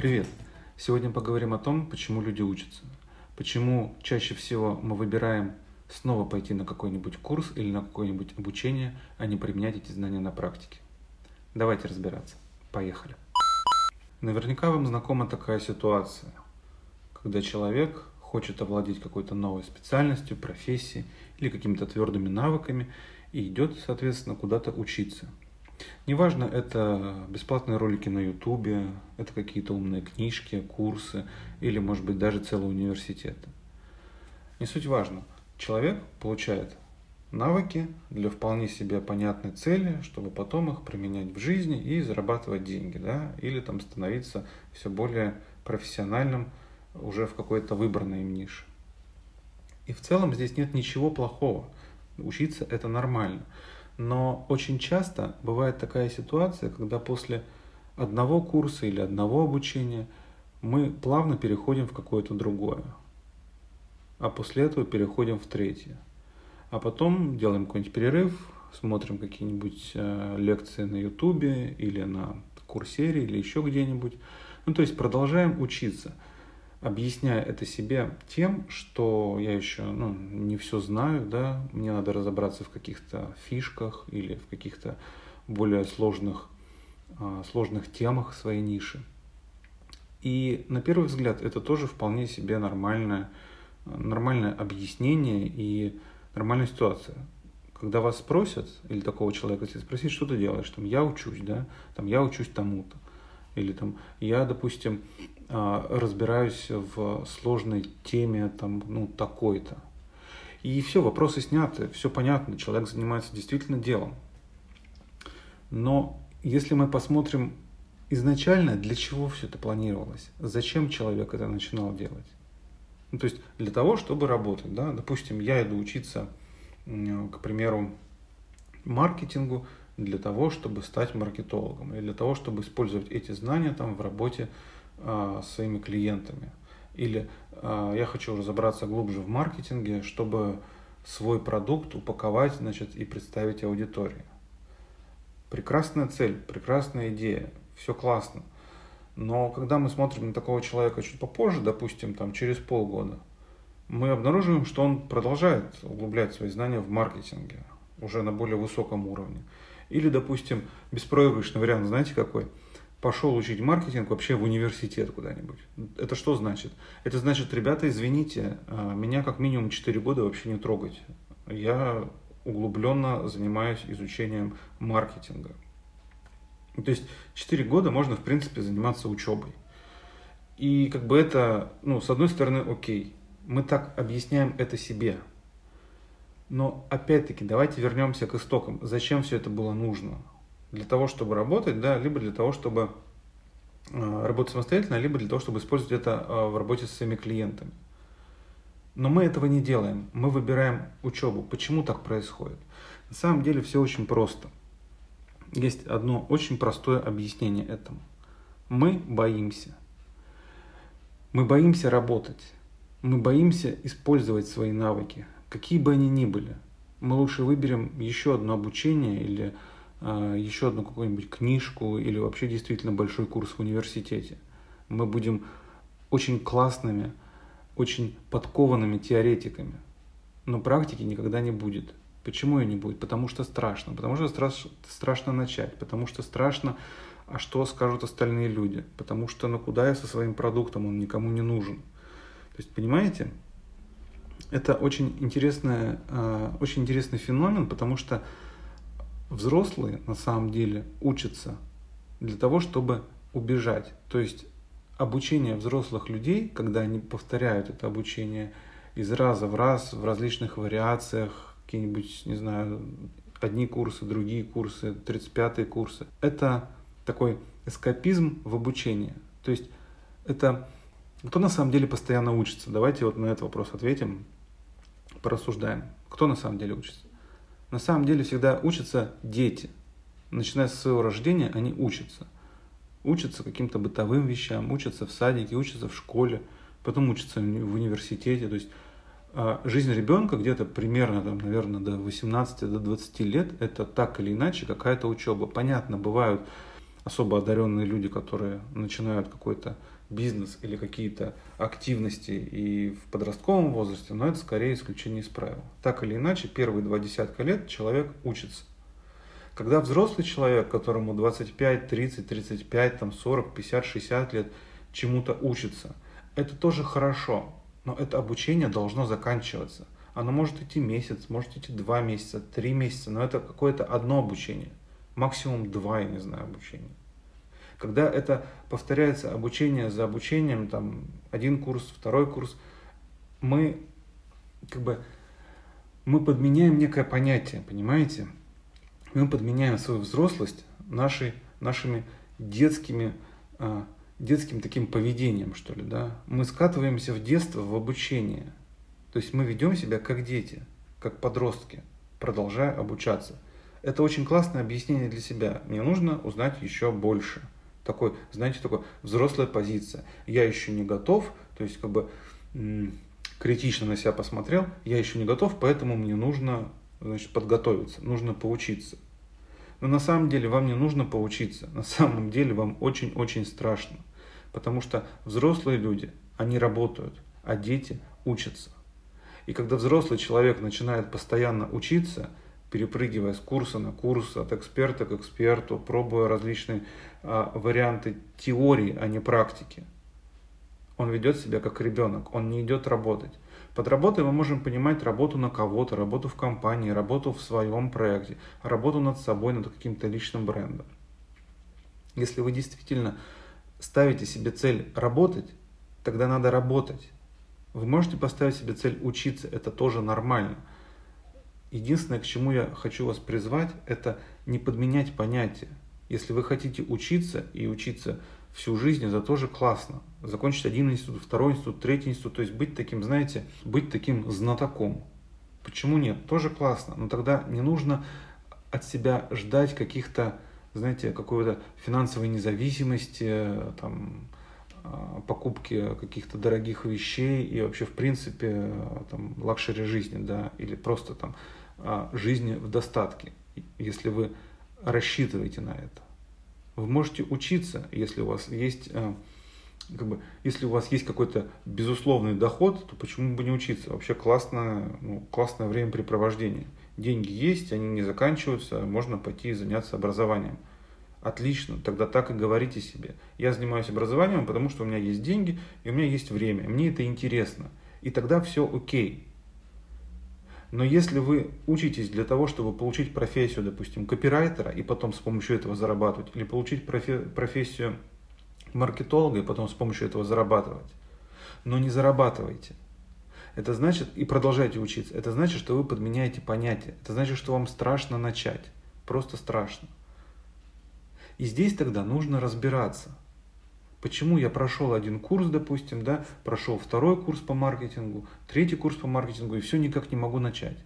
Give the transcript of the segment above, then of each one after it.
Привет! Сегодня поговорим о том, почему люди учатся. Почему чаще всего мы выбираем снова пойти на какой-нибудь курс или на какое-нибудь обучение, а не применять эти знания на практике. Давайте разбираться. Поехали. Наверняка вам знакома такая ситуация, когда человек хочет овладеть какой-то новой специальностью, профессией или какими-то твердыми навыками и идет, соответственно, куда-то учиться. Неважно, это бесплатные ролики на Ютубе, это какие-то умные книжки, курсы или, может быть, даже целый университет. Не суть важно. Человек получает навыки для вполне себе понятной цели, чтобы потом их применять в жизни и зарабатывать деньги, да? Или там становиться все более профессиональным уже в какой-то выбранной им нише. И в целом здесь нет ничего плохого. Учиться это нормально. Но очень часто бывает такая ситуация, когда после одного курса или одного обучения мы плавно переходим в какое-то другое, а после этого переходим в третье. А потом делаем какой-нибудь перерыв, смотрим какие-нибудь лекции на Ютубе или на Курсере или еще где-нибудь. То есть продолжаем учиться, объясняя это себе тем, что я еще не все знаю, да, мне надо разобраться в каких-то фишках или в каких-то более сложных темах своей ниши. И на первый взгляд это тоже вполне себе нормальное объяснение и нормальная ситуация. Когда вас спросят, или такого человека, если спросить, что ты делаешь, я учусь, да, я учусь тому-то, или я, допустим, разбираюсь в сложной теме такой-то. И все, вопросы сняты, все понятно, человек занимается действительно делом. Но если мы посмотрим изначально, для чего все это планировалось, зачем человек это начинал делать? То есть для того, чтобы работать. Да? Допустим, я иду учиться, к примеру, маркетингу для того, чтобы стать маркетологом, или для того, чтобы использовать эти знания в работе с своими клиентами. Или я хочу разобраться глубже в маркетинге, чтобы свой продукт упаковать, и представить аудитории. Прекрасная цель, прекрасная идея, все классно. Но когда мы смотрим на такого человека чуть попозже, допустим, через полгода, мы обнаруживаем, что он продолжает углублять свои знания в маркетинге, уже на более высоком уровне. Или, допустим, беспроигрышный вариант, знаете какой? Пошел учить маркетинг вообще в университет куда-нибудь. Это что значит? Это значит, ребята, извините, меня как минимум 4 года вообще не трогать. Я углубленно занимаюсь изучением маркетинга. То есть 4 года можно, в принципе, заниматься учебой. И это, с одной стороны, окей. Мы так объясняем это себе. Но, опять-таки, давайте вернемся к истокам. Зачем все это было нужно? Для того, чтобы работать, да, либо для того, чтобы работать самостоятельно, либо для того, чтобы использовать это в работе со своими клиентами. Но мы этого не делаем. Мы выбираем учебу. Почему так происходит? На самом деле все очень просто. Есть одно очень простое объяснение этому. Мы боимся. Мы боимся работать. Мы боимся использовать свои навыки, какие бы они ни были. Мы лучше выберем еще одно обучение или еще одну какую-нибудь книжку или вообще действительно большой курс в университете. Мы будем очень классными, очень подкованными теоретиками, но практики никогда не будет. Почему ее не будет? Потому что страшно. Потому что страшно начать. Потому что страшно, а что скажут остальные люди? Потому что куда я со своим продуктом, он никому не нужен. То есть, понимаете, это очень интересный феномен, потому что взрослые на самом деле учатся для того, чтобы убежать. То есть обучение взрослых людей, когда они повторяют это обучение из раза в раз, в различных вариациях, какие-нибудь, не знаю, одни курсы, другие курсы, 35-е курсы, это такой эскапизм в обучении. То есть это кто на самом деле постоянно учится? Давайте на этот вопрос ответим, порассуждаем. Кто на самом деле учится? На самом деле всегда учатся дети. Начиная с своего рождения они учатся. Учатся каким-то бытовым вещам, учатся в садике, учатся в школе, потом учатся в университете. То есть жизнь ребенка где-то примерно, наверное, до 18-20 лет, это так или иначе какая-то учеба. Понятно, бывают особо одаренные люди, которые начинают какой-то бизнес или какие-то активности и в подростковом возрасте, но это скорее исключение из правил. Так или иначе, первые 2 десятка лет человек учится. Когда взрослый человек, которому 25, 30, 35, 40, 50, 60 лет, чему-то учится, это тоже хорошо, но это обучение должно заканчиваться. Оно может идти месяц, может идти 2 месяца, 3 месяца, но это какое-то одно обучение, максимум 2, я не знаю, обучения. Когда это повторяется обучение за обучением, один курс, второй курс, мы подменяем некое понятие, понимаете? Мы подменяем свою взрослость нашими детским таким поведением, что ли, да? Мы скатываемся в детство, в обучение. То есть мы ведем себя как дети, как подростки, продолжая обучаться. Это очень классное объяснение для себя. Мне нужно узнать еще больше. Такой взрослая позиция. Я еще не готов, то есть критично на себя посмотрел, я еще не готов, поэтому мне нужно, подготовиться, нужно поучиться. Но на самом деле вам не нужно поучиться, на самом деле вам очень-очень страшно, потому что взрослые люди, они работают, а дети учатся. И когда взрослый человек начинает постоянно учиться, перепрыгивая с курса на курс, от эксперта к эксперту, пробуя различные варианты теории, а не практики, он ведет себя как ребенок, он не идет работать. Под работой мы можем понимать работу на кого-то, работу в компании, работу в своем проекте, работу над собой, над каким-то личным брендом. Если вы действительно ставите себе цель работать, тогда надо работать. Вы можете поставить себе цель учиться, это тоже нормально. Единственное, к чему я хочу вас призвать, это не подменять понятия. Если вы хотите учиться и учиться всю жизнь, это тоже классно. Закончить один институт, второй институт, третий институт, то есть быть таким, быть таким знатоком. Почему нет? Тоже классно. Но тогда не нужно от себя ждать каких-то, какой-то финансовой независимости, покупки каких-то дорогих вещей и вообще в принципе лакшери жизни, да, или просто жизни в достатке, если вы рассчитываете на это. Вы можете учиться, если у вас есть, если у вас есть какой-то безусловный доход, то почему бы не учиться? Вообще классное времяпрепровождение. Деньги есть, они не заканчиваются, можно пойти и заняться образованием. Отлично, тогда так и говорите себе. Я занимаюсь образованием, потому что у меня есть деньги и у меня есть время. Мне это интересно. И тогда все окей. Но если вы учитесь для того, чтобы получить профессию, допустим, копирайтера, и потом с помощью этого зарабатывать, или получить профессию маркетолога, и потом с помощью этого зарабатывать, но не зарабатываете, это значит, и продолжаете учиться, это значит, что вы подменяете понятия, это значит, что вам страшно начать, просто страшно. И здесь тогда нужно разбираться, почему я прошел один курс, допустим, да, прошел второй курс по маркетингу, третий курс по маркетингу, и все никак не могу начать.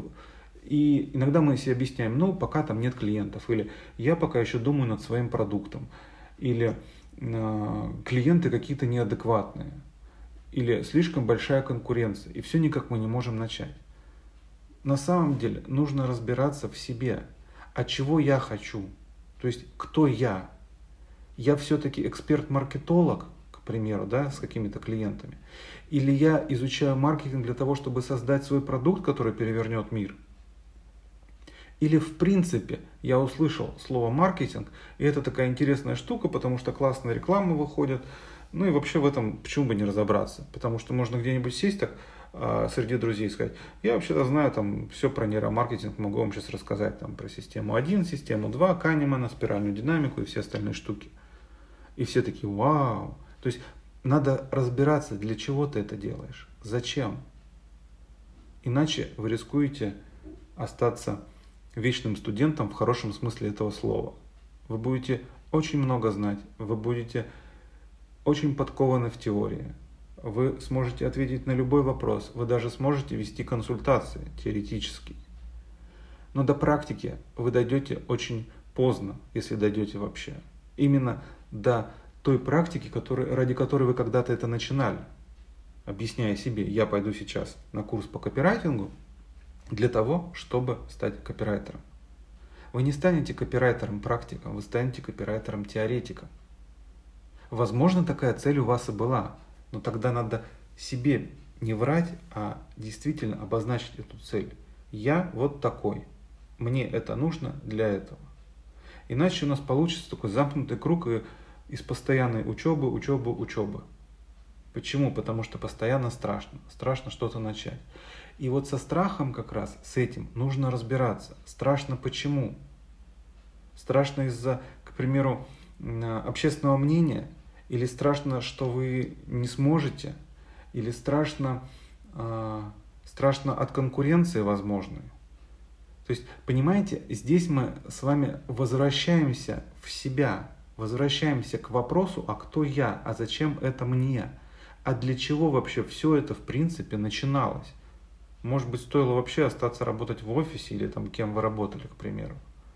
И иногда мы себе объясняем, пока там нет клиентов, или я пока еще думаю над своим продуктом, или клиенты какие-то неадекватные, или слишком большая конкуренция, и все никак мы не можем начать. На самом деле нужно разбираться в себе, а чего я хочу. То есть, кто я? Я все-таки эксперт-маркетолог, к примеру, да, с какими-то клиентами. Или я изучаю маркетинг для того, чтобы создать свой продукт, который перевернет мир. Или в принципе я услышал слово маркетинг, и это такая интересная штука, потому что классные рекламы выходят. И вообще в этом почему бы не разобраться? Потому что можно где-нибудь сесть так среди друзей и сказать, я вообще-то знаю все про нейромаркетинг, могу вам сейчас рассказать про систему 1, систему 2, Канемана, спиральную динамику и все остальные штуки. И все такие, вау. То есть надо разбираться, для чего ты это делаешь, зачем. Иначе вы рискуете остаться вечным студентом в хорошем смысле этого слова. Вы будете очень много знать, вы будете очень подкованы в теории. Вы сможете ответить на любой вопрос, вы даже сможете вести консультации теоретически. Но до практики вы дойдете очень поздно, если дойдете вообще. Именно до той практики, ради которой вы когда-то это начинали. Объясняя себе, я пойду сейчас на курс по копирайтингу для того, чтобы стать копирайтером. Вы не станете копирайтером-практиком, вы станете копирайтером-теоретиком. Возможно, такая цель у вас и была, но тогда надо себе не врать, а действительно обозначить эту цель. Я вот такой, мне это нужно для этого. Иначе у нас получится такой замкнутый круг из постоянной учебы. Почему? Потому что постоянно страшно. Страшно что-то начать. И вот со страхом как раз, с этим нужно разбираться. Страшно почему? Страшно из-за, к примеру, общественного мнения? Или страшно, что вы не сможете? Или страшно от конкуренции возможной? То есть, понимаете, здесь мы с вами возвращаемся в себя, возвращаемся к вопросу, а кто я, а зачем это мне, а для чего вообще все это в принципе начиналось. Может быть, стоило вообще остаться работать в офисе или там кем вы работали, к примеру.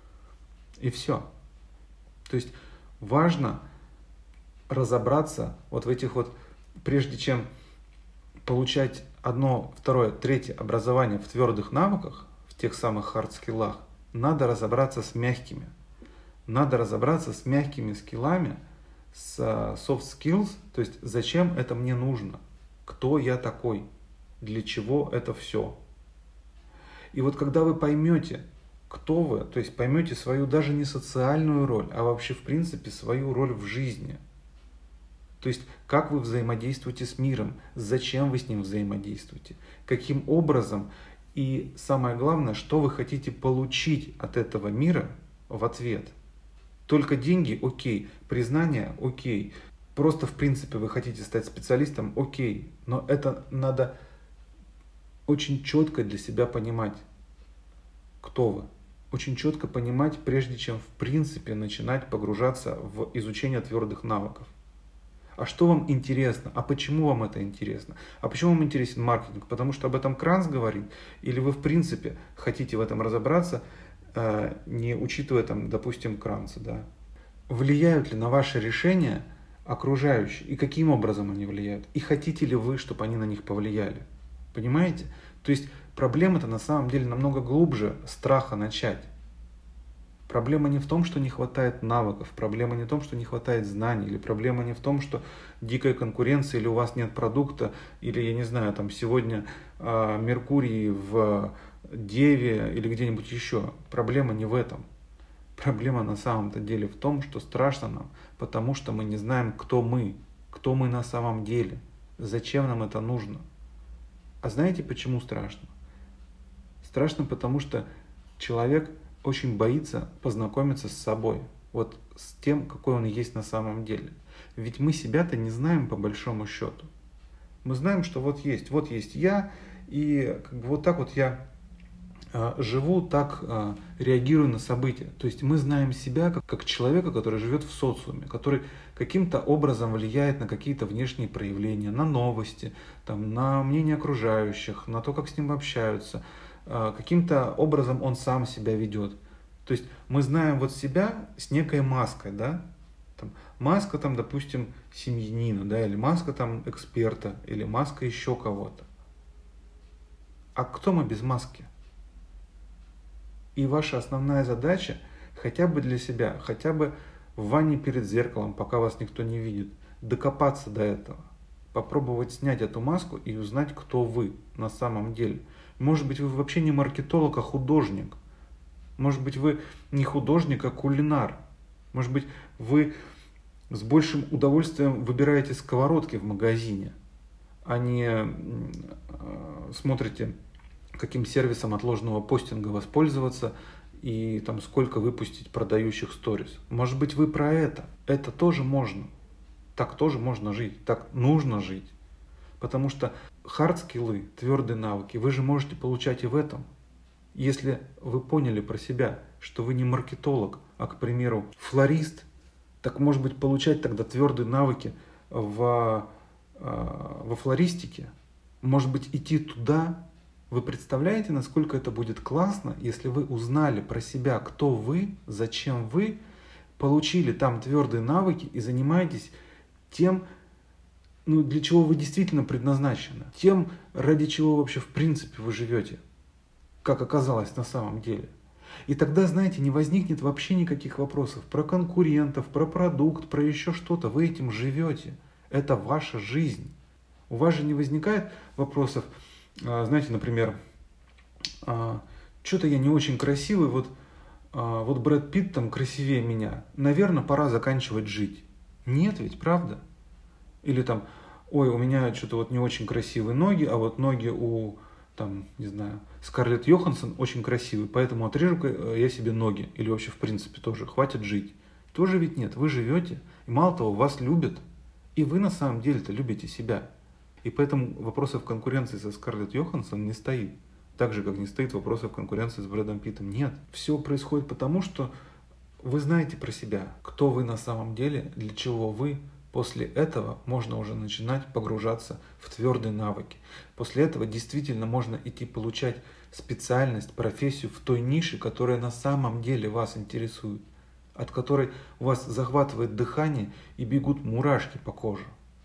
И все. То есть важно разобраться вот в этих вот, прежде чем получать одно, второе, третье образование в твердых навыках, в тех самых хард-скиллах, надо разобраться с мягкими. Надо разобраться с мягкими скиллами, с soft skills, то есть зачем это мне нужно, кто я такой, для чего это все. И вот когда вы поймете, кто вы, то есть поймете свою даже не социальную роль, а вообще в принципе свою роль в жизни, то есть как вы взаимодействуете с миром, зачем вы с ним взаимодействуете, каким образом и самое главное, что вы хотите получить от этого мира в ответ. Только деньги – окей, признание – окей, просто в принципе вы хотите стать специалистом – окей, но это надо очень четко для себя понимать, кто вы. Очень четко понимать, прежде чем в принципе начинать погружаться в изучение твердых навыков. А что вам интересно? А почему вам это интересно? А почему вам интересен маркетинг? Потому что об этом Кранц говорит? Или вы в принципе хотите в этом разобраться, не учитывая там, допустим, Кранца? Да? Влияют ли на ваши решения окружающие? И каким образом они влияют? И хотите ли вы, чтобы они на них повлияли? Понимаете? То есть проблема-то на самом деле намного глубже страха начать. Проблема не в том, что не хватает навыков, проблема не в том, что не хватает знаний, или проблема не в том, что дикая конкуренция, или у вас нет продукта, или, я не знаю, там сегодня Меркурий в Деве или где-нибудь еще. Проблема не в этом. Проблема на самом-то деле в том, что страшно нам, потому что мы не знаем, кто мы на самом деле, зачем нам это нужно. А знаете, почему страшно? Страшно, потому что человек очень боится познакомиться с собой, вот с тем, какой он есть на самом деле. Ведь мы себя-то не знаем по большому счету. Мы знаем, что вот есть я, и как бы вот так вот я живу, так реагирую на события. То есть мы знаем себя как человека, который живет в социуме, который каким-то образом влияет на какие-то внешние проявления, на новости, там, на мнение окружающих, на то, как с ним общаются. Каким-то образом он сам себя ведет. То есть мы знаем вот себя с некой маской, да? Там, маска, там, допустим, семьянина, да, или маска там эксперта, или маска еще кого-то. А кто мы без маски? И ваша основная задача хотя бы для себя, хотя бы в ванне перед зеркалом, пока вас никто не видит, докопаться до этого. Попробовать снять эту маску и узнать, кто вы на самом деле. Может быть, вы вообще не маркетолог, а художник. Может быть, вы не художник, а кулинар. Может быть, вы с большим удовольствием выбираете сковородки в магазине, а не смотрите, каким сервисом отложенного постинга воспользоваться и там сколько выпустить продающих сторис. Может быть, вы про это. Это тоже можно. Так тоже можно жить. Так нужно жить. Потому что хард-скиллы, твердые навыки, вы же можете получать и в этом. Если вы поняли про себя, что вы не маркетолог, а, к примеру, флорист, так может быть получать тогда твердые навыки во флористике. Может быть идти туда. Вы представляете, насколько это будет классно, если вы узнали про себя, кто вы, зачем вы, получили там твердые навыки и занимаетесь тем, для чего вы действительно предназначены, тем, ради чего вообще в принципе вы живете, как оказалось на самом деле. И тогда, знаете, не возникнет вообще никаких вопросов про конкурентов, про продукт, про еще что-то. Вы этим живете. Это ваша жизнь. У вас же не возникает вопросов, знаете, например, что-то я не очень красивый, вот Брэд Питт там красивее меня. Наверное, пора заканчивать жить. Нет ведь, правда? Или там, ой, у меня что-то вот не очень красивые ноги, а вот ноги у, там, не знаю, Скарлетт Йоханссон очень красивые, поэтому отрежу я себе ноги. Или вообще, в принципе, тоже хватит жить. Тоже ведь нет, вы живете, и мало того, вас любят, и вы на самом деле-то любите себя. И поэтому вопросов конкуренции со Скарлетт Йоханссон не стоит. Так же, как не стоит вопросов конкуренции с Брэдом Питтом. Нет. Все происходит потому, что вы знаете про себя, кто вы на самом деле, для чего вы. После этого можно уже начинать погружаться в твердые навыки. После этого действительно можно идти получать специальность, профессию в той нише, которая на самом деле вас интересует, от которой у вас захватывает дыхание и бегут мурашки по коже.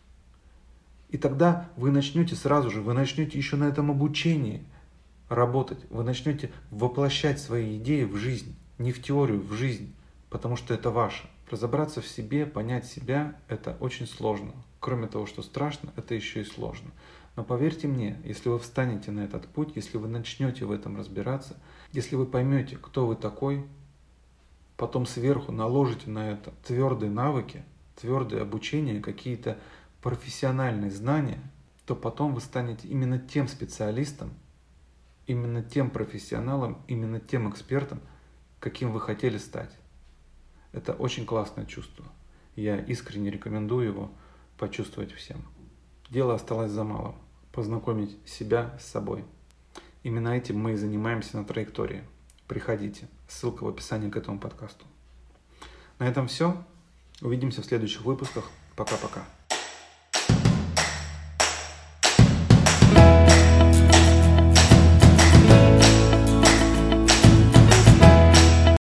И тогда вы начнете сразу же, вы начнете еще на этом обучении работать, вы начнете воплощать свои идеи в жизнь, не в теорию, в жизнь, потому что это ваше. Разобраться в себе, понять себя – это очень сложно. Кроме того, что страшно, это еще и сложно. Но поверьте мне, если вы встанете на этот путь, если вы начнете в этом разбираться, если вы поймете, кто вы такой, потом сверху наложите на это твердые навыки, твердое обучение, какие-то профессиональные знания, то потом вы станете именно тем специалистом, именно тем профессионалом, именно тем экспертом, каким вы хотели стать. Это очень классное чувство. Я искренне рекомендую его почувствовать всем. Дело осталось за малым. Познакомить себя с собой. Именно этим мы и занимаемся на траектории. Приходите. Ссылка в описании к этому подкасту. На этом все. Увидимся в следующих выпусках. Пока-пока.